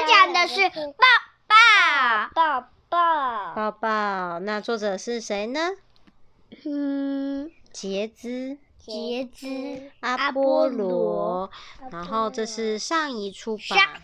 讲的是抱抱。那作者是谁呢？杰兹阿波罗。然后这是上一出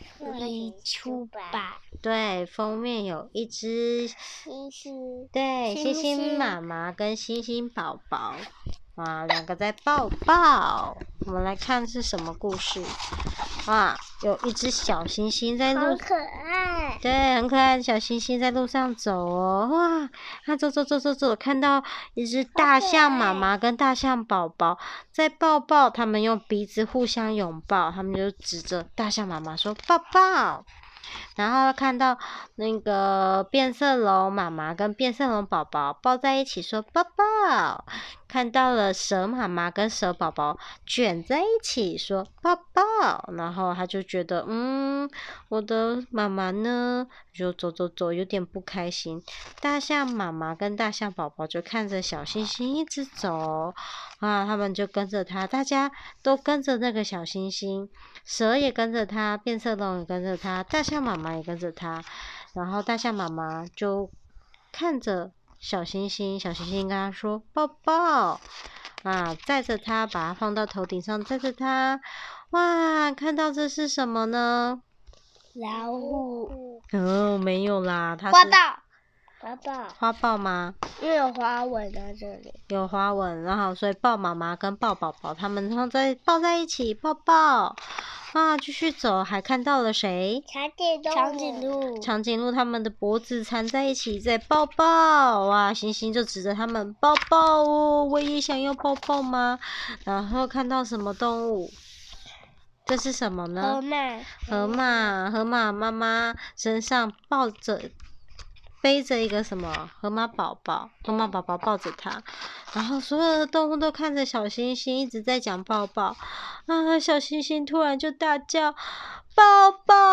版。对，封面有一只星星。 对，星星妈妈跟星星宝宝。哇，两个在抱抱。我们来看是什么故事。哇，有一只小星星在路， 好可爱。 对，很可爱的小星星在路上走哦。哇，它走，看到一只大象妈妈跟大象宝宝在抱抱，他们用鼻子互相拥抱，他们就指着大象妈妈说抱抱。然后看到那个变色龙妈妈跟变色龙宝宝抱在一起说抱抱，看到了蛇妈妈跟蛇宝宝卷在一起说抱抱，然后他就觉得我的妈妈呢，就走有点不开心。大象妈妈跟大象宝宝就看着小星星一直走啊，他们就跟着他，大家都跟着那个小星星，蛇也跟着他，变色龙也跟着他，大象妈妈也跟着他。然后大象妈妈就看着小星星，小星星跟他说抱抱啊，载着他，把他放到头顶上，载着他。哇，看到这是什么呢？ 老虎。 没有啦，它是花豹吗？ 因为有花纹在这里。 有花纹，然后所以豹妈妈跟豹宝宝他们抱在一起抱抱啊，继续走，还看到了谁？长颈鹿他们的脖子缠在一起在抱抱。哇，星星就指着他们抱抱哦，我也想要抱抱吗？然后看到什么动物？这是什么呢？河马妈妈身上背着一个什么河马宝宝抱着它，然后所有的动物都看着小星星一直在讲抱抱啊，小星星突然就大叫抱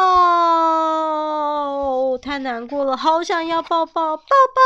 抱，太难过了，好想要抱抱，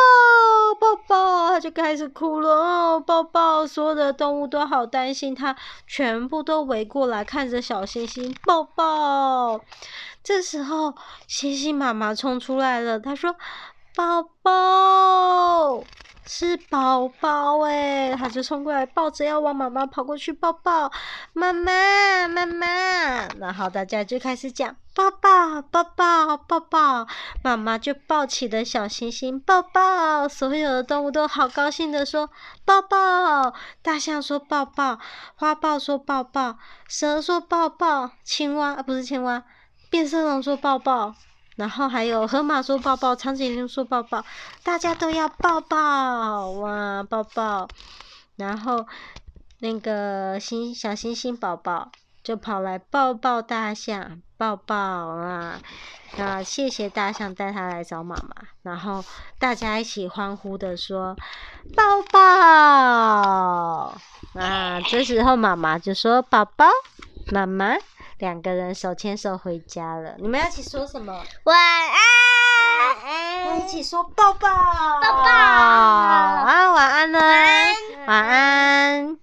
他就开始哭了抱抱，所有的动物都好担心他，全部都围过来看着小星星抱抱。这时候星星妈妈冲出来了，她说宝宝是宝宝耶，他就冲过来抱着要往妈妈跑过去抱抱，妈妈，然后大家就开始讲抱抱，妈妈就抱起了小星星抱抱，所有的动物都好高兴的说抱抱，大象说抱抱，花豹说抱抱，蛇说抱抱，变色龙说抱抱，然后还有河马说抱抱，长颈鹿说抱抱，大家都要抱抱哇，抱抱。然后那个小星星宝宝就跑来抱抱大象，抱抱啊！谢谢大象带他来找妈妈，然后大家一起欢呼的说抱抱啊！这时候妈妈就说宝宝，妈妈。两个人手牵手回家了。你们要一起说什么？ 晚安。 要一起说抱抱。 抱抱。 啊，晚安了。晚安。